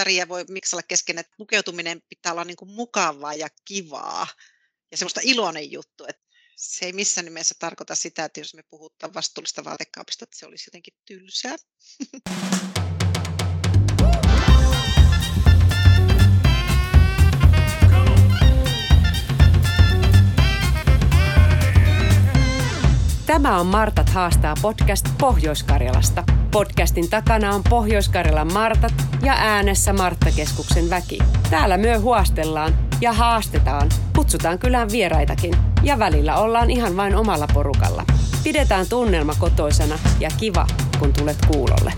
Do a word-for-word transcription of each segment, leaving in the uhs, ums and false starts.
väriä voi miksalla kesken, että pukeutuminen pitää olla niin kuin mukavaa ja kivaa ja semmoista iloinen juttu, että se ei missään nimessä tarkoita sitä, että jos me puhutaan vastuullista vaatekaupasta, että se olisi jotenkin tylsää. Tämä on Martat haastaa podcast Pohjois-Karjalasta. Podcastin takana on Pohjois-Karjalan Martat ja äänessä Marttakeskuksen väki. Täällä myö huostellaan ja haastetaan, kutsutaan kylään vieraitakin ja välillä ollaan ihan vain omalla porukalla. Pidetään tunnelma kotoisana ja kiva, kun tulet kuulolle.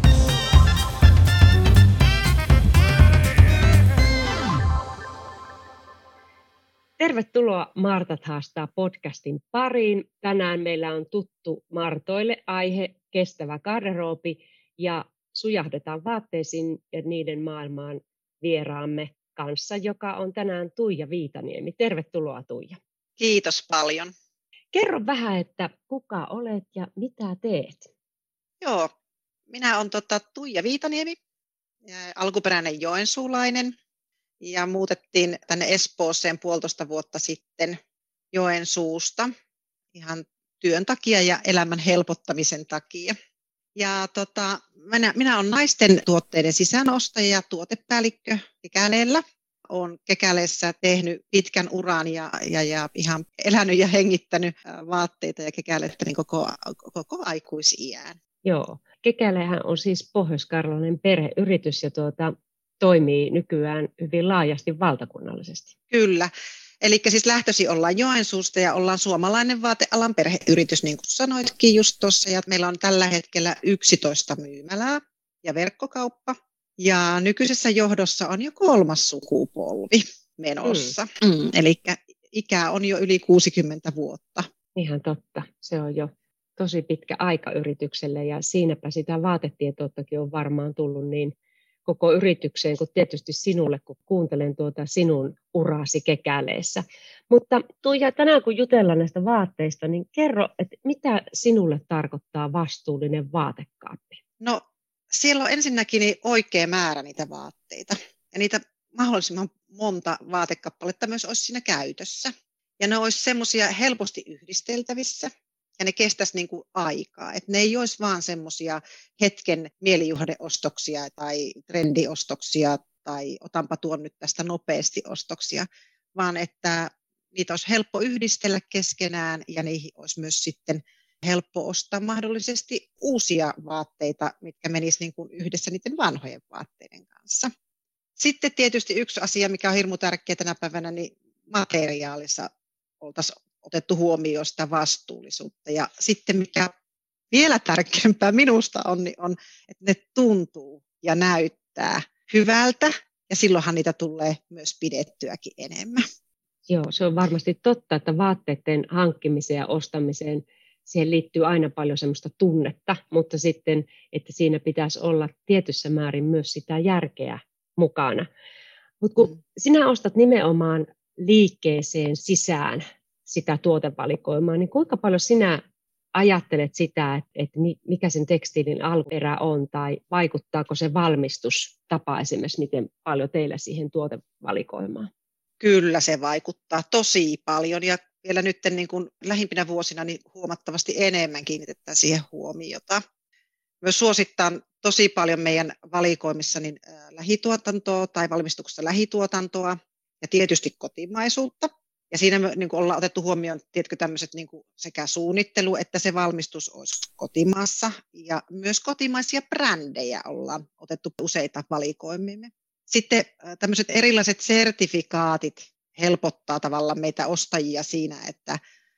Tervetuloa Martat haastaa podcastin pariin. Tänään meillä on tuttu Martoille aihe kestävä garderoobi ja sujahdetaan vaatteisiin ja niiden maailmaan vieraamme kanssa, joka on tänään Tuija Viitaniemi. Tervetuloa Tuija. Kiitos paljon. Kerro vähän, että kuka olet ja mitä teet? Joo, minä olen tota, Tuija Viitaniemi, alkuperäinen joensuulainen. Ja muutettiin tänne Espooseen puolitoista vuotta sitten Joensuusta ihan työn takia ja elämän helpottamisen takia. Ja tota, minä, minä olen naisten tuotteiden sisäänostaja ja tuotepäällikkö Kekäleellä. Olen Kekäleessä tehnyt pitkän uran ja, ja, ja ihan elänyt ja hengittänyt vaatteita ja Kekälettä niin koko, koko aikuisiän. Joo, Kekälehän on siis pohjois-karjalainen perheyritys ja tuota... toimii nykyään hyvin laajasti valtakunnallisesti. Kyllä. Eli siis lähtöisin ollaan Joensuusta ja ollaan suomalainen vaatealan perheyritys, niin kuin sanoitkin just tuossa. Ja meillä on tällä hetkellä yksitoista myymälää ja verkkokauppa. Ja nykyisessä johdossa on jo kolmas sukupolvi menossa. Mm. Mm, eli ikä on jo yli kuusikymmentä vuotta. Ihan totta. Se on jo tosi pitkä aika yritykselle ja siinäpä sitä vaatetietoittakin on varmaan tullut niin koko yritykseen, kuin tietysti sinulle, kun kuuntelen tuota sinun uraasi Kekäleessä. Mutta Tuija, tänään kun jutellaan näistä vaatteista, niin kerro, että mitä sinulle tarkoittaa vastuullinen vaatekaappi? No, siellä on ensinnäkin niin oikea määrä niitä vaatteita. Ja niitä mahdollisimman monta vaatekappaletta myös olisi siinä käytössä. Ja ne olisi semmoisia helposti yhdisteltävissä. Ja ne kestäisi niin kuin aikaa. Että ne ei olisi vaan semmoisia hetken mielijuhdeostoksia tai trendiostoksia tai otanpa tuon nyt tästä nopeasti ostoksia, vaan että niitä olisi helppo yhdistellä keskenään ja niihin olisi myös sitten helppo ostaa mahdollisesti uusia vaatteita, mitkä menisivät niin kuin yhdessä niiden vanhojen vaatteiden kanssa. Sitten tietysti yksi asia, mikä on hirmu tärkeä tänä päivänä, niin materiaalissa oltaisiin otettu huomioon sitä vastuullisuutta. Ja sitten mikä vielä tärkeämpää minusta on, niin on, että ne tuntuu ja näyttää hyvältä, ja silloinhan niitä tulee myös pidettyäkin enemmän. Joo, se on varmasti totta, että vaatteiden hankkimiseen ja ostamiseen siihen liittyy aina paljon semmoista tunnetta, mutta sitten, että siinä pitäisi olla tietyssä määrin myös sitä järkeä mukana. Mutta kun mm. sinä ostat nimenomaan liikkeeseen sisään sitä tuotevalikoimaa, niin kuinka paljon sinä ajattelet sitä, että, että mikä sen tekstiilin alkuperä on, tai vaikuttaako se valmistustapa esimerkiksi, miten paljon teillä siihen tuotevalikoimaan? Kyllä se vaikuttaa tosi paljon, ja vielä nyt niin kuin lähimpinä vuosina niin huomattavasti enemmän kiinnitetään siihen huomiota. Myös suosittaan tosi paljon meidän valikoimissa niin lähituotantoa tai valmistuksessa lähituotantoa ja tietysti kotimaisuutta. Ja siinä me niin kuin ollaan otettu huomioon tiedätkö, tämmöiset niin kuin sekä suunnittelu että se valmistus olisi kotimaassa. Ja myös kotimaisia brändejä ollaan otettu useita valikoimimme. Sitten tämmöiset erilaiset sertifikaatit helpottaa tavallaan meitä ostajia siinä, että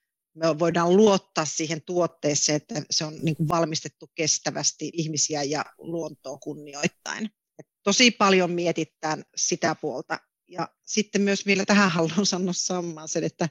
me voidaan luottaa siihen tuotteeseen, että se on niin kuin valmistettu kestävästi ihmisiä ja luontoa kunnioittain. Et tosi paljon mietitään sitä puolta. Ja sitten myös vielä tähän haluan sanoa samaan sen, että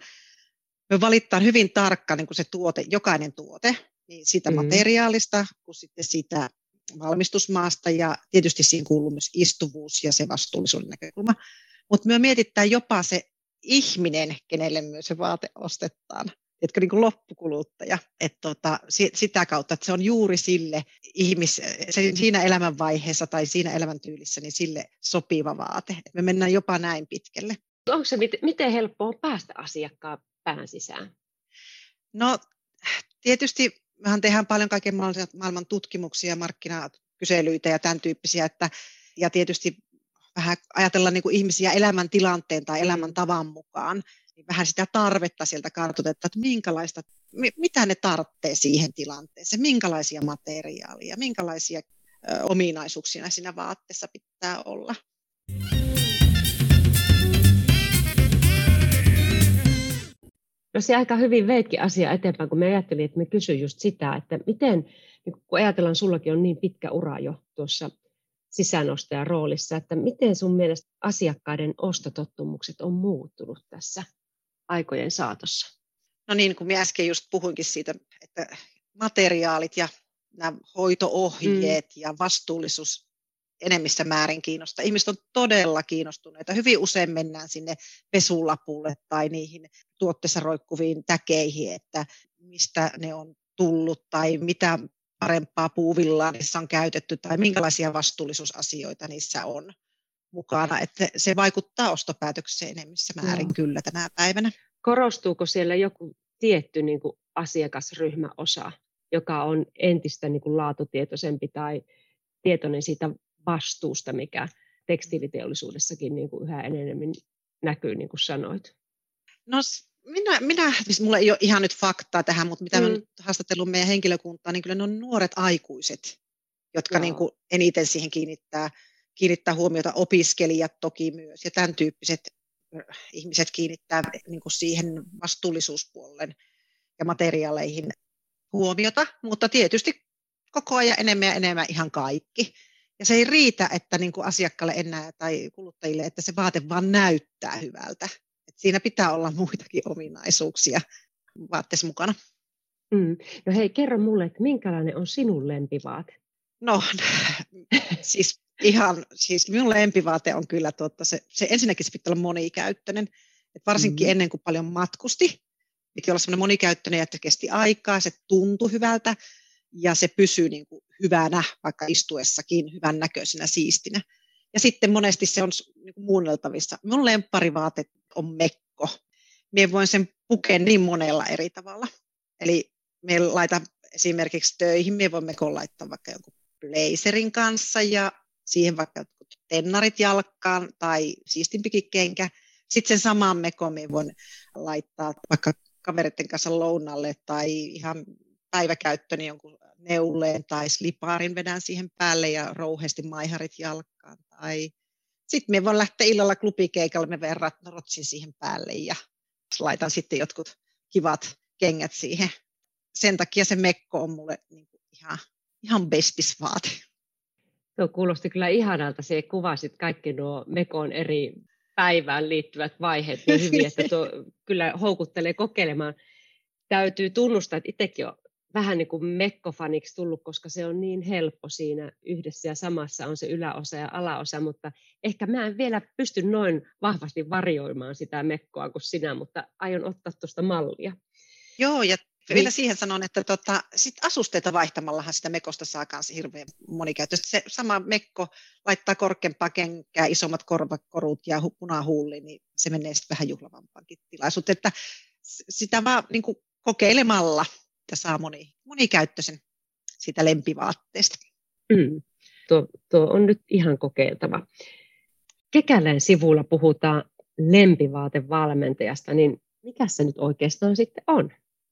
me valitaan hyvin tarkkaan niin kuin se tuote, jokainen tuote, niin siitä mm. materiaalista kuin sitten siitä valmistusmaasta ja tietysti siinä kuuluu myös istuvuus ja se vastuullisuuden näkökulma. Mutta me mietitään jopa se ihminen, kenelle myös se vaate ostetaan. Etkö niin kuin loppukuluttaja. Että tota, sitä kautta, että se on juuri sille ihmis, siinä elämänvaiheessa tai siinä elämäntyylissä niin sille sopiva vaate. Et me mennään jopa näin pitkälle. Onko se miten helppoa päästä asiakkaan pään sisään? No tietysti mehän tehdään paljon kaiken maailman tutkimuksia, markkinakyselyitä ja tämän tyyppisiä, että, ja tietysti vähän ajatella niin kuin ihmisiä elämäntilanteen tai elämäntavan mukaan, niin vähän sitä tarvetta sieltä kartoitetta, että minkälaista, mitä ne tarvitsee siihen tilanteeseen, minkälaisia materiaaleja, minkälaisia ö, ominaisuuksia siinä vaatteessa pitää olla. No se aika hyvin veitkin asia eteenpäin, kun me ajattelin, että me kysyin just sitä, että miten, kun ajatellaan, sullakin on niin pitkä ura jo tuossa sisäänostajan roolissa, että miten sun mielestä asiakkaiden ostotottumukset on muuttunut tässä aikojen saatossa? No niin, kun minä äsken just puhuinkin siitä, että materiaalit ja nämä hoito-ohjeet mm. ja vastuullisuus enemmissä määrin kiinnostaa. Ihmiset on todella kiinnostuneita. Hyvin usein mennään sinne pesulapulle tai niihin tuotteessa roikkuviin täkeihin, että mistä ne on tullut tai mitä parempaa puuvillaa niissä on käytetty tai minkälaisia vastuullisuusasioita niissä on mukana. Että se vaikuttaa ostopäätökseen enemmissä määrin no. kyllä tänä päivänä. Korostuuko siellä joku tietty niin kuin asiakasryhmäosa, joka on entistä niin kuin laatutietoisempi tai tietoinen siitä vastuusta, mikä tekstiiliteollisuudessakin niin kuin yhä enemmän näkyy, niin kuin sanoit? No minä, minä siis mulla ei ole ihan nyt faktaa tähän, mutta mitä mm. olen haastatellut meidän henkilökuntaa, niin kyllä ne on nuoret aikuiset, jotka niin kuin eniten siihen kiinnittää, kiinnittää huomiota, opiskelijat toki myös, ja tämän tyyppiset ihmiset kiinnittää niin kuin siihen vastuullisuuspuolen ja materiaaleihin huomiota, mutta tietysti koko ajan enemmän ja enemmän ihan kaikki. Ja se ei riitä, että niin kuin asiakkaalle enää tai kuluttajille, että se vaate vaan näyttää hyvältä. Et siinä pitää olla muitakin ominaisuuksia vaatteessa mukana. Mm. No hei, kerro mulle, että minkälainen on sinun lempivaate? No siis ihan, siis minun lempivaate on kyllä tuota, se, se ensinnäkin se pitää olla monikäyttöinen. Et varsinkin mm. ennen kuin paljon matkusti, piti olla semmoinen monikäyttöinen, että kesti aikaa, se tuntui hyvältä. Ja se pysyy niin kuin hyvänä, vaikka istuessakin, hyvän näköisenä, siistinä. Ja sitten monesti se on niin kuin muunneltavissa. Minun lempparivaate on mekko. Minä voin sen pukea niin monella eri tavalla. Eli minä laitan esimerkiksi töihin, minä voin mekon laittaa vaikka jonkun blazerin kanssa ja siihen vaikka tennarit jalkaan tai siistimpikin kenkä. Sitten sen saman mekon minä voin laittaa vaikka kavereiden kanssa lounalle tai ihan päiväkäyttöni jonkun neuleen tai slipaarin vedän siihen päälle ja rouheasti maiharit jalkaan. Tai sitten me voin lähteä illalla klubikeikalle, me vedän rotsin siihen päälle ja laitan sitten jotkut kivat kengät siihen. Sen takia se mekko on mulle niin kuin ihan, ihan bestisvaate. Tuo kuulosti kyllä ihanalta. Se kuvasit kaikki nuo mekon eri päivään liittyvät vaiheet niin hyvin, että tuo kyllä houkuttelee kokeilemaan. Täytyy tunnustaa, että itsekin on vähän niin kuin mekkofaniksi tullut, koska se on niin helppo siinä yhdessä ja samassa on se yläosa ja alaosa, mutta ehkä mä en vielä pysty noin vahvasti varjoimaan sitä mekkoa kuin sinä, mutta aion ottaa tuosta mallia. Joo, ja vielä siihen sanon, että tota, sit asusteita vaihtamallahan sitä mekosta saa myös hirveän monikäyttöistä. Se sama mekko laittaa korkeampaa kenkää, isommat korvakorut ja punahuuli, niin se menee sitten vähän juhlavampaankin tilaisuuteen. Että sitä vaan niin kuin kokeilemalla ja saa moni, monikäyttöisen siitä lempivaatteesta. Mm. Tuo, tuo on nyt ihan kokeiltava. Kekälän sivulla puhutaan lempivaatevalmentajasta, niin mikä se nyt oikeastaan sitten on?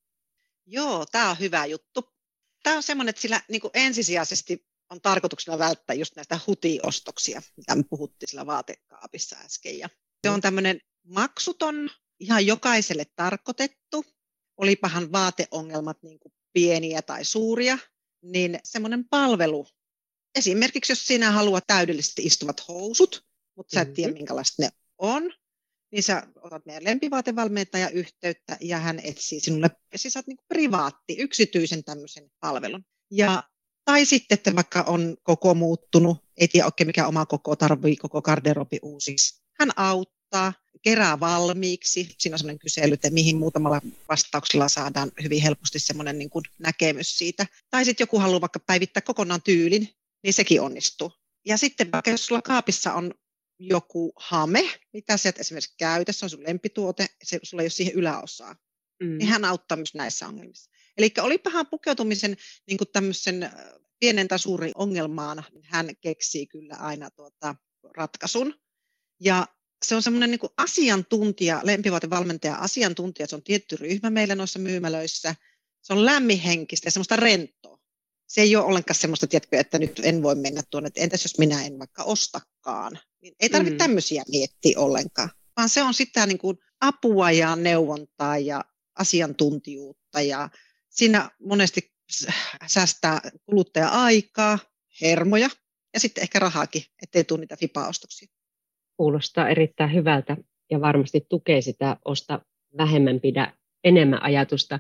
Joo, tämä on hyvä juttu. Tämä on semmoinen, että sillä niin kuin ensisijaisesti on tarkoituksena välttää just näistä hutiostoksia, mitä me puhuttiin sillä vaatekaapissa äsken. Ja se on tämmöinen maksuton, ihan jokaiselle tarkoitettu, olipahan vaateongelmat niin kuin pieniä tai suuria, niin semmoinen palvelu. Esimerkiksi jos sinä haluat täydellisesti istuvat housut, mutta sä et tiedä minkälaista ne on, niin sä otat meidän lempivaatevalmentajan yhteyttä ja hän etsii sinulle, siis saat niin kuin privaatti, yksityisen tämmöisen palvelun. Ja, tai sitten, että vaikka on koko muuttunut, ei tiedä oikein mikä oma koko, tarvii koko garderobi uusiksi. Hän auttaa, kerää valmiiksi. Siinä on sellainen kysely, että mihin muutamalla vastauksella saadaan hyvin helposti semmoinen niin kuin näkemys siitä. Tai sitten joku haluaa vaikka päivittää kokonaan tyylin, niin sekin onnistuu. Ja sitten vaikka jos sulla kaapissa on joku hame, mitä sieltä esimerkiksi käytössä on sun lempituote, se, sulla ei ole siihen yläosaa, mm. niin hän auttaa myös näissä ongelmissa. Eli olipahan pukeutumisen niin kuin tämmöisen pienen tai suurin ongelmaan, niin hän keksii kyllä aina tuota ratkaisun. Ja se on semmoinen niin kuin asiantuntija, lempivaatevalmentaja, asiantuntija, se on tietty ryhmä meillä noissa myymälöissä. Se on lämminhenkistä ja semmoista rentoa. Se ei ole ollenkaan semmoista, tiedätkö, että nyt en voi mennä tuonne, että entäs jos minä en vaikka ostakaan. Niin ei tarvitse mm. tämmöisiä miettiä ollenkaan, vaan se on sitä niin kuin apua ja neuvontaa ja asiantuntijuutta. Ja siinä monesti säästää kuluttaja aikaa, hermoja ja sitten ehkä rahaakin, ettei tule niitä fipa-ostoksia. Kuulostaa erittäin hyvältä ja varmasti tukee sitä osta vähemmän pidä enemmän ajatusta.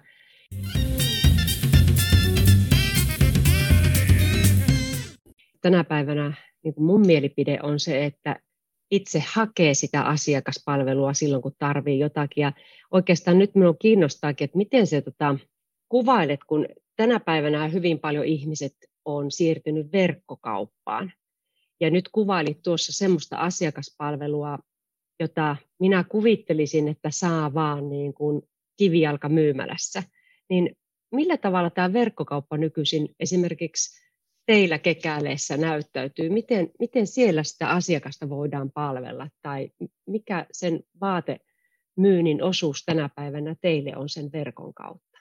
Tänä päivänä niin kuin mun mielipide on se, että itse hakee sitä asiakaspalvelua silloin, kun tarvii jotakin. Ja oikeastaan nyt minua kiinnostaakin, että miten se tota, kuvailet, kun tänä päivänä hyvin paljon ihmiset on siirtynyt verkkokauppaan. Ja nyt kuvailit tuossa semmoista asiakaspalvelua, jota minä kuvittelisin, että saa vaan niin kuin kivijalkamyymälässä. Niin millä tavalla tämä verkkokauppa nykyisin esimerkiksi teillä Kekäleessä näyttäytyy? Miten, miten siellä sitä asiakasta voidaan palvella? Tai mikä sen vaatemyynnin osuus tänä päivänä teille on sen verkon kautta?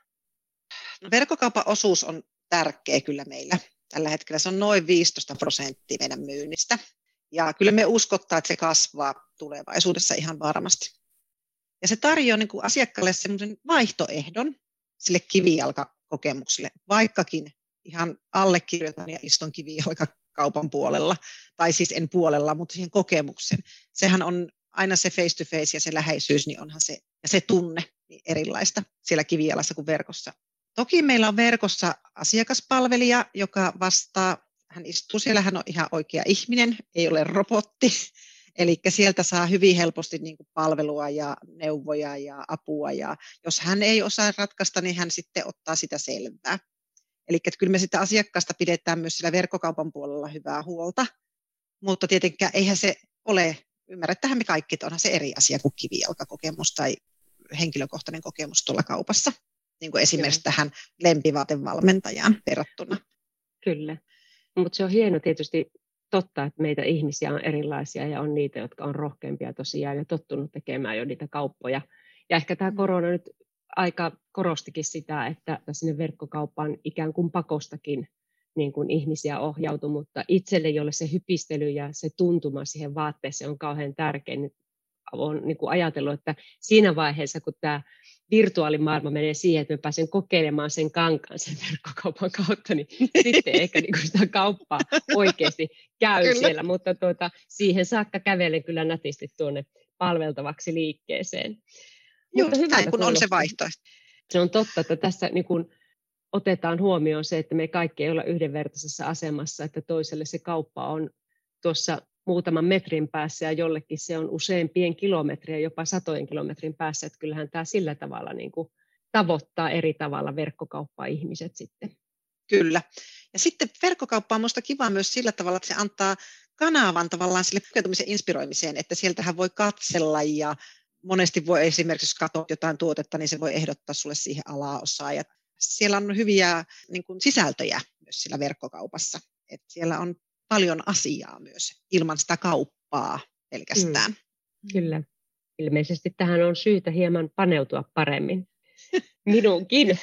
No, verkkokaupan osuus on tärkeä kyllä meillä. Tällä hetkellä se on noin viisitoista prosenttia meidän myynnistä. Ja kyllä me uskottaa, että se kasvaa tulevaisuudessa ihan varmasti. Ja se tarjoaa niin kuin asiakkaalle semmoisen vaihtoehdon sille kivijalkakokemukselle, vaikkakin ihan allekirjoitan ja istun kivijalkakaupan puolella, tai siis en puolella, mutta siihen kokemuksen. Sehän on aina se face to face ja se läheisyys, niin onhan se, ja se tunne niin erilaista siellä kivijalassa kuin verkossa. Toki meillä on verkossa asiakaspalvelija, joka vastaa, hän istuu siellä, hän on ihan oikea ihminen, ei ole robotti, eli sieltä saa hyvin helposti niin kuin palvelua ja neuvoja ja apua, ja jos hän ei osaa ratkaista, niin hän sitten ottaa sitä selvää. Eli kyllä me sitä asiakkaasta pidetään myös sillä verkkokaupan puolella hyvää huolta, mutta tietenkään eihän se ole, ymmärrättähän me kaikki, että onhan se eri asia kuin kivijalkakokemus tai henkilökohtainen kokemus tuolla kaupassa. Niin kuin esimerkiksi Joo. tähän lempivaatevalmentajaan verrattuna. Kyllä, mutta se on hieno tietysti totta, että meitä ihmisiä on erilaisia ja on niitä, jotka on rohkeampia tosiaan ja tottunut tekemään jo niitä kauppoja. Ja ehkä tämä korona nyt aika korostikin sitä, että sinne verkkokauppaan ikään kuin pakostakin niin kuin ihmisiä ohjautui, mutta itselle, jolle se hypistely ja se tuntuma siihen vaatteeseen on kauhean tärkeä, niin olen niin kuin ajatellut, että siinä vaiheessa, kun tämä virtuaalimaailma menee siihen, että mä pääsen kokeilemaan sen kankaan sen verkkokaupan kautta, niin sitten ehkä niin kuin sitä kauppaa oikeasti käy kyllä. siellä, mutta tuota, siihen saakka kävelen kyllä nätisti tuonne palveltavaksi liikkeeseen. Just näin, kun on se vaihtoehto. Se on totta, että tässä niin kuin otetaan huomioon se, että me kaikki ei olla yhdenvertaisessa asemassa, että toiselle se kauppa on tuossa muutaman metrin päässä ja jollekin se on useampien kilometriä, jopa satojen kilometrin päässä, että kyllähän tämä sillä tavalla niin kuin tavoittaa eri tavalla verkkokauppaa ihmiset sitten. Kyllä. Ja sitten verkkokauppa on minusta kiva myös sillä tavalla, että se antaa kanavan tavallaan sille pukeutumisen inspiroimiseen, että sieltähän voi katsella ja monesti voi esimerkiksi, jos katsot jotain tuotetta, niin se voi ehdottaa sulle siihen alaosaan. Ja siellä on hyviä niin kuin sisältöjä myös sillä verkkokaupassa, että siellä on paljon asiaa myös ilman sitä kauppaa pelkästään. Mm, kyllä. Ilmeisesti tähän on syytä hieman paneutua paremmin. Minunkin,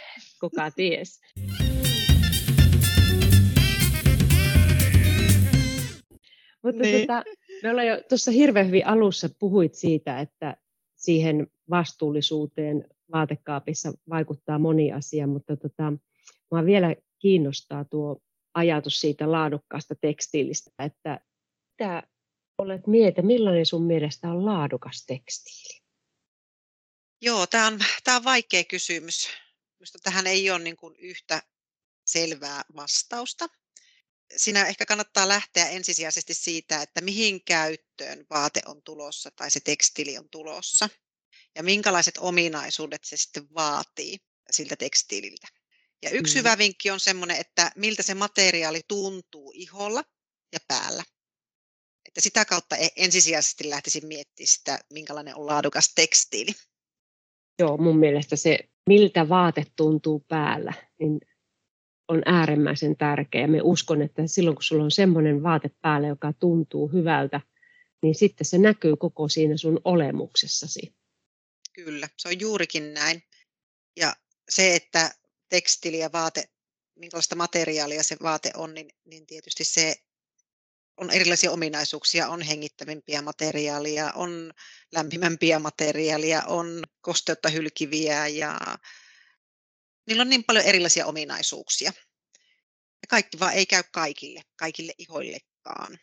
kuka ties. Mutta niin. tota, me ollaan jo tuossa hirveän hyvin alussa puhuit siitä, että siihen vastuullisuuteen vaatekaapissa vaikuttaa moni asia, mutta tota, minua vielä kiinnostaa tuo ajatus siitä laadukkaasta tekstiilistä, että mitä olet mieltä, millainen sun mielestä on laadukas tekstiili? Joo, tämä on, tämä on vaikea kysymys. Minusta tähän ei ole niin kuin yhtä selvää vastausta. siinä ehkä kannattaa lähteä ensisijaisesti siitä, että mihin käyttöön vaate on tulossa tai se tekstiili on tulossa ja minkälaiset ominaisuudet se sitten vaatii siltä tekstiililtä. Ja yksi Mm. hyvä vinkki on semmoinen, että miltä se materiaali tuntuu iholla ja päällä. Että sitä kautta e- ensisijaisesti lähtisin miettimään sitä, minkälainen on laadukas tekstiili. Joo, mun mielestä se, miltä vaate tuntuu päällä, niin on äärimmäisen tärkeä. Me uskon, että silloin kun sulla on semmoinen vaate päällä, joka tuntuu hyvältä, niin sitten se näkyy koko siinä sun olemuksessasi. Kyllä, se on juurikin näin. Ja se, että tekstiili ja vaate, minkälaista materiaalia se vaate on, niin, niin tietysti se on erilaisia ominaisuuksia, on hengittävimpiä materiaalia, on lämpimämpiä materiaalia, on kosteutta hylkiviä ja niillä on niin paljon erilaisia ominaisuuksia. Ja kaikki vaan ei käy kaikille, kaikille ihoillekaan.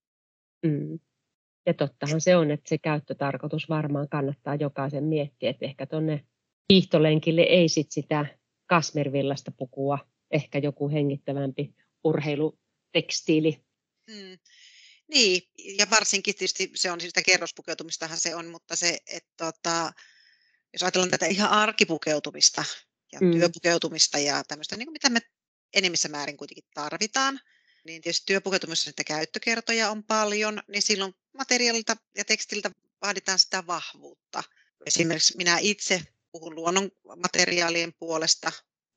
Mm. Ja tottahan se on, että se käyttötarkoitus varmaan kannattaa jokaisen miettiä, että ehkä tuonne hiihtolenkille ei sit sitä kasmervillasta pukua, ehkä joku hengittävämpi urheilutekstiili. Mm. Niin, ja varsinkin tietysti se on sitä kerrospukeutumistahan se on, mutta se, että tota, jos ajatellaan tätä ihan arkipukeutumista ja Mm. työpukeutumista ja tämmöistä, niin kuin mitä me enimmissä määrin kuitenkin tarvitaan, niin tietysti työpukeutumisessa niitä käyttökertoja on paljon, niin silloin materiaalilta ja tekstiltä vaaditaan sitä vahvuutta. Esimerkiksi minä itse puhun luonnon materiaalien puolesta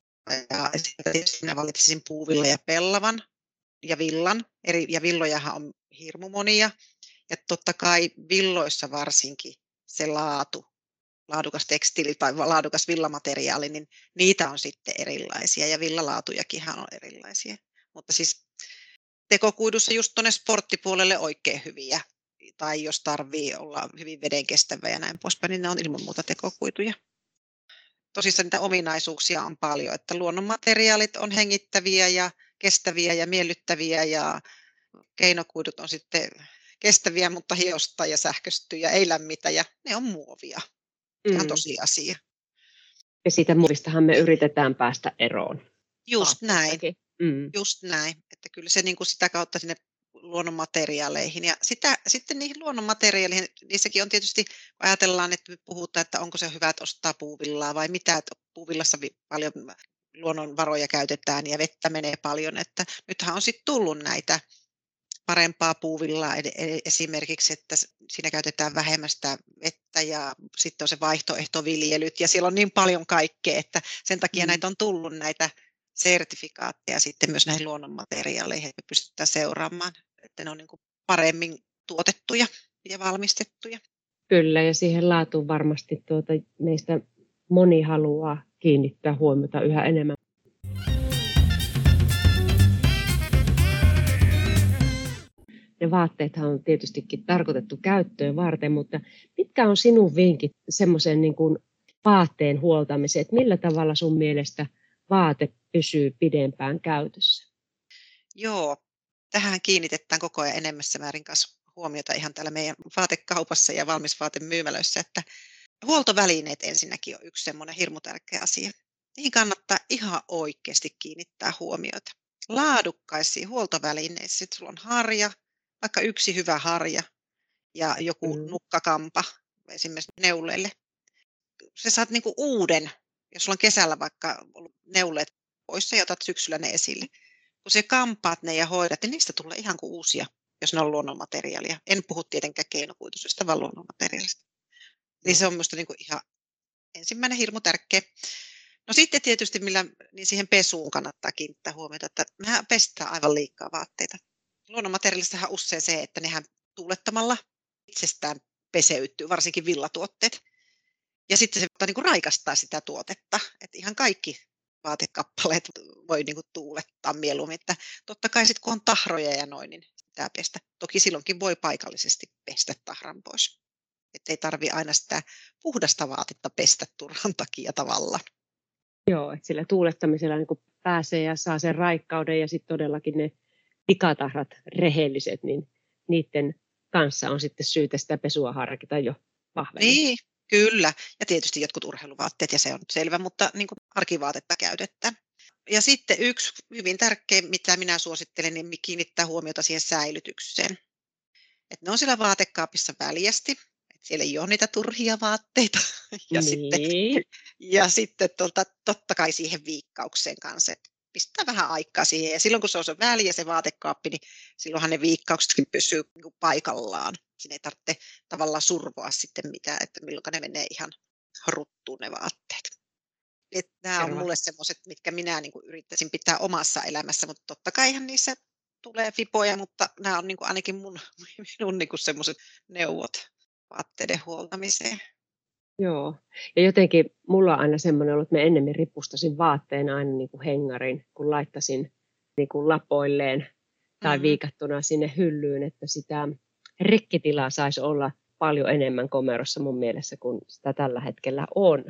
ja tietysti minä valitsisin puuvilla ja pellavan ja villan. Eri, ja villojahan on hirmu monia. Ja totta kai villoissa varsinkin se laatu, laadukas tekstiili tai laadukas villamateriaali, niin niitä on sitten erilaisia. Ja villalaatujakinhan on erilaisia. Mutta siis tekokuidussa just tuonne sporttipuolelle oikein hyviä. Tai jos tarvii olla hyvin vedenkestävä ja näin poispäin, niin ne on ilman muuta tekokuituja. Tosissaan niitä ominaisuuksia on paljon, että luonnonmateriaalit on hengittäviä ja kestäviä ja miellyttäviä ja keinokuidut on sitten kestäviä, mutta hiosta ja sähköstyjä, ei lämmitä ja ne on muovia. Se on Mm. tosiasia. Ja siitä muistahan me yritetään päästä eroon. Just näin, Mm. just näin. Että kyllä se niin kuin sitä kautta sinne luonnonmateriaaleihin. Ja sitä, sitten niihin luonnonmateriaaleihin, niissäkin on tietysti, kun ajatellaan, että me puhutaan, että onko se hyvä, että ostaa puuvillaa vai mitä, että puuvillassa paljon luonnonvaroja käytetään ja vettä menee paljon. Että nythän on sitten tullut näitä parempaa puuvillaa esimerkiksi, että siinä käytetään vähemmän sitä vettä ja sitten on se vaihtoehtoviljelyt ja siellä on niin paljon kaikkea, että sen takia mm. näitä on tullut näitä sertifikaatteja sitten myös näihin luonnonmateriaaleihin, että me pystytään seuraamaan, että ne on niin kuin paremmin tuotettuja ja valmistettuja. Kyllä, ja siihen laatuun varmasti tuota, meistä moni haluaa kiinnittää huomiota yhä enemmän. Ne vaatteethan on tietystikin tarkoitettu käyttöön varten, mutta mitkä on sinun vinkit semmoisen niin kuin vaatteen huoltamiseen, että millä tavalla sun mielestä vaate pysyy pidempään käytössä? Joo, tähän kiinnitetään koko ajan enemmässä määrin kanssa huomiota ihan täällä meidän vaatekaupassa ja valmisvaatemyymälöissä, että huoltovälineet ensinnäkin on yksi semmoinen hirmu tärkeä asia. Niihin kannattaa ihan oikeasti kiinnittää huomiota. Laadukkaisiin huoltovälineisiin, sitten sulla on harja, vaikka yksi hyvä harja ja joku mm. nukkakampa esimerkiksi neuleille. Se saat niinku uuden, jos sulla on kesällä vaikka ollut neuleet poissa ja otat syksyllä ne esille. Kun se kampaat ne ja hoidat, niin niistä tulee ihan kuin uusia, jos ne on luonnonmateriaalia. En puhu tietenkään keinokuituisesta, vaan luonnonmateriaalista. Niin se on minusta niinku ihan ensimmäinen hirmu tärkeä. No sitten tietysti millä, niin siihen pesuun kannattaa kiinnittää huomiota, että mehän pestään aivan liikaa vaatteita. Luonnonmateriaalistahan usein se, että nehän tuulettamalla itsestään peseytyy, varsinkin villatuotteet. Ja sitten se niin kuin raikastaa sitä tuotetta, että ihan kaikki vaatekappaleet voi niin kuin tuulettaa mieluummin. Että totta kai sitten kun on tahroja ja noin, niin pitää pestä. Toki silloinkin voi paikallisesti pestä tahran pois. Että ei tarvitse aina sitä puhdasta vaatetta pestä turhan takia tavallaan. Joo, että sillä tuulettamisella niin kuin pääsee ja saa sen raikkauden ja sitten todellakin ne pikatahrat, rehelliset, niin niiden kanssa on sitten syytä sitä pesua harkita jo vahvemmin. Niin, kyllä. Ja tietysti jotkut urheiluvaatteet, ja se on selvä, mutta niin kuin arkivaatetta käytetään. Ja sitten yksi hyvin tärkeä, mitä minä suosittelen, niin kiinnittää huomiota siihen säilytykseen. Että ne on siellä vaatekaapissa väljästi, että siellä ei ole niitä turhia vaatteita. Ja sitten, Niin, ja sitten tuolta, totta kai siihen viikkaukseen kanssa, että pistää vähän aikaa siihen. Ja silloin kun se on se väljä se vaatekaappi, niin silloinhan ne viikkauksetkin pysyy niin kuin paikallaan. Siinä ei tarvitse tavallaan survoa sitten mitään, että milloin ne menee ihan ruttuun ne vaatteet. Et nämä on kerro. mulle semmoiset, mitkä minä niin kuin yrittäisin pitää omassa elämässä, mutta totta kaihan niissä tulee fipoja, mutta nämä on niin kuin ainakin mun, minun niin kuin semmoiset neuvot vaatteiden huoltamiseen. Joo. Ja jotenkin mulla on aina semmoinen ollut, että mä ennemmin ripustasin vaatteen aina niin kuin hengarin, kun laittasin niin kuin lapoilleen tai Mm. viikattuna sinne hyllyyn, että sitä rekkitilaa saisi olla paljon enemmän komerossa mun mielessä kuin sitä tällä hetkellä on.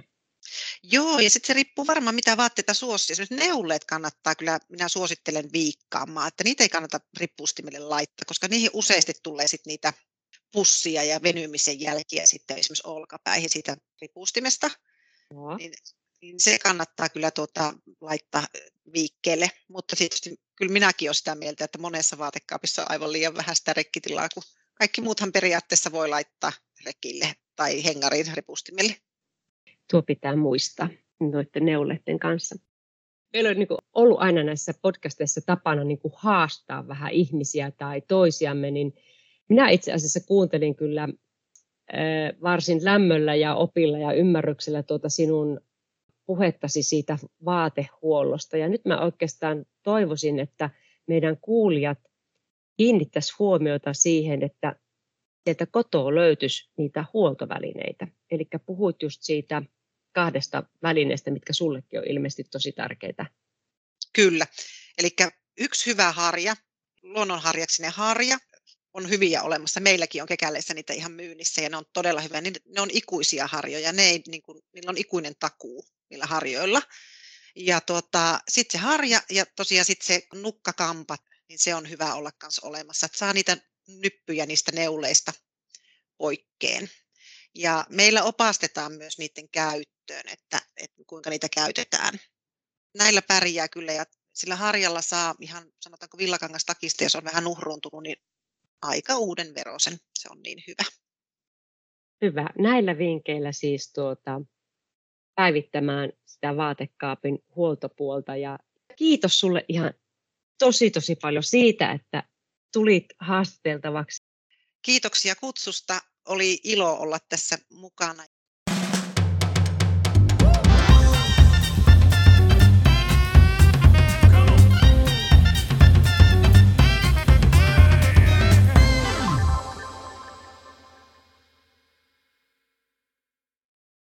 Joo, ja sitten se riippuu varmaan mitä vaatteita suosii. Esimerkiksi neuleet kannattaa kyllä, minä suosittelen viikkaamaan, että niitä ei kannata ripustimelle laittaa, koska niihin useasti tulee sitten niitä pussia ja venymisen jälkiä sitten esimerkiksi olkapäihin siitä ripustimesta. Joo. Niin, niin se kannattaa kyllä tuota, laittaa viikkeelle, mutta tietysti kyllä minäkin olen sitä mieltä, että monessa vaatekaapissa on aivan liian vähän sitä rekkitilaa, kun kaikki muuthan periaatteessa voi laittaa rekille tai hengariin ripustimelle. Tuo pitää muistaa noiden neuleiden kanssa. Meillä on niin kuin ollut aina näissä podcasteissa tapana niin kuin haastaa vähän ihmisiä tai toisiamme, niin minä itse asiassa kuuntelin kyllä äh, varsin lämmöllä ja opilla ja ymmärryksellä tuota sinun puhettasi siitä vaatehuollosta. Ja nyt mä oikeastaan toivoisin, että meidän kuulijat kiinnittäisi huomiota siihen, että sieltä kotoa löytyisi niitä huoltovälineitä. Eli puhuit just siitä kahdesta välineestä, mitkä sullekin on ilmeisesti tosi tärkeitä. Kyllä. Eli yksi hyvä harja, luonnonharjaksinen harja, on hyviä olemassa. Meilläkin on Kekäleissä niitä ihan myynnissä ja ne on todella hyviä. Ne on ikuisia harjoja. Ne ei, niin kuin, niillä on ikuinen takuu niillä harjoilla. Ja tuota, sitten se harja ja tosiaan sitten se nukkakampat, niin se on hyvä olla kanssa olemassa. Että saa niitä nyppyjä niistä neuleista poikkeen. Ja meillä opastetaan myös niiden käyttöön, että, että kuinka niitä käytetään. Näillä pärjää kyllä ja sillä harjalla saa ihan sanotaanko villakangastakista, jos on vähän nuhruuntunut, niin aika uuden verosen. Se on niin hyvä. Hyvä. Näillä vinkkeillä siis tuota, päivittämään sitä vaatekaapin huoltopuolta. Ja kiitos sulle ihan tosi tosi paljon siitä, että tulit haastateltavaksi. Kiitoksia kutsusta. Oli ilo olla tässä mukana.